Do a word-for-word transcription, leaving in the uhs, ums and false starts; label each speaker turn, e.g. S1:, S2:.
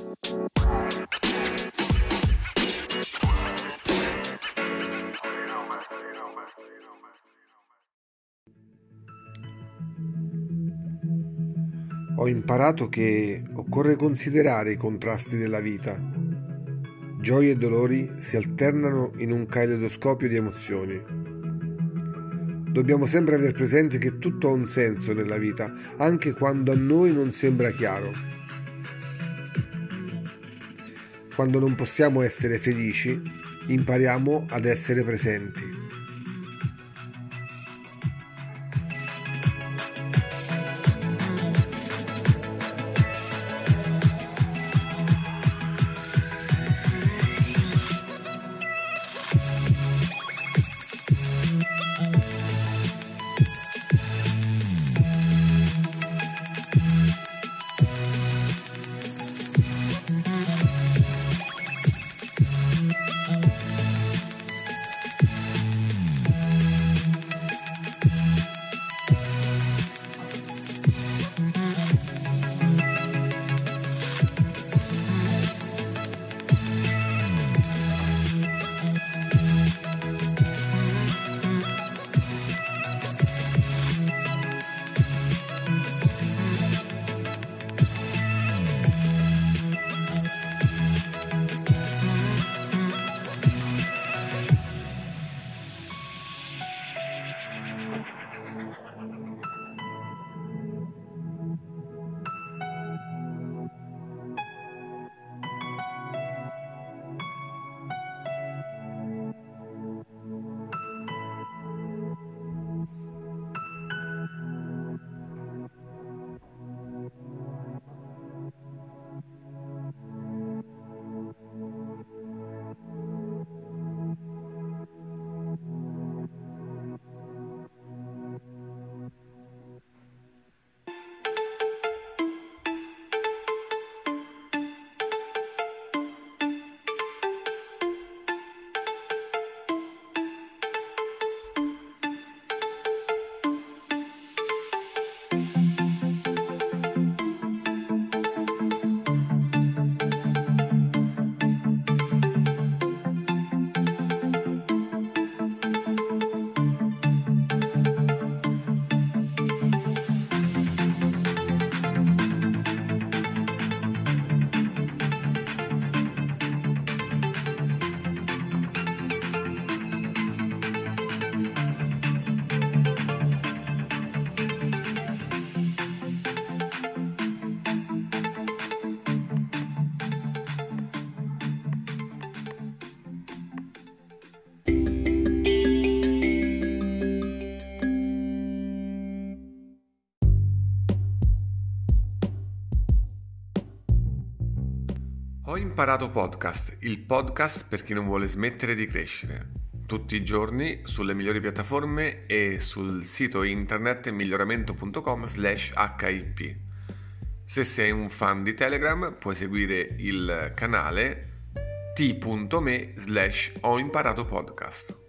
S1: Ho imparato che occorre considerare i contrasti della vita. Gioie e dolori si alternano in un caleidoscopio di emozioni. Dobbiamo sempre aver presente che tutto ha un senso nella vita, anche quando a noi non sembra chiaro. Quando non possiamo essere felici, impariamo ad essere presenti.
S2: Ho imparato podcast, il podcast per chi non vuole smettere di crescere. Tutti i giorni sulle migliori piattaforme e sul sito internet miglioramento punto com slash hip. Se sei un fan di Telegram puoi seguire il canale t punto me slash ho imparato podcast.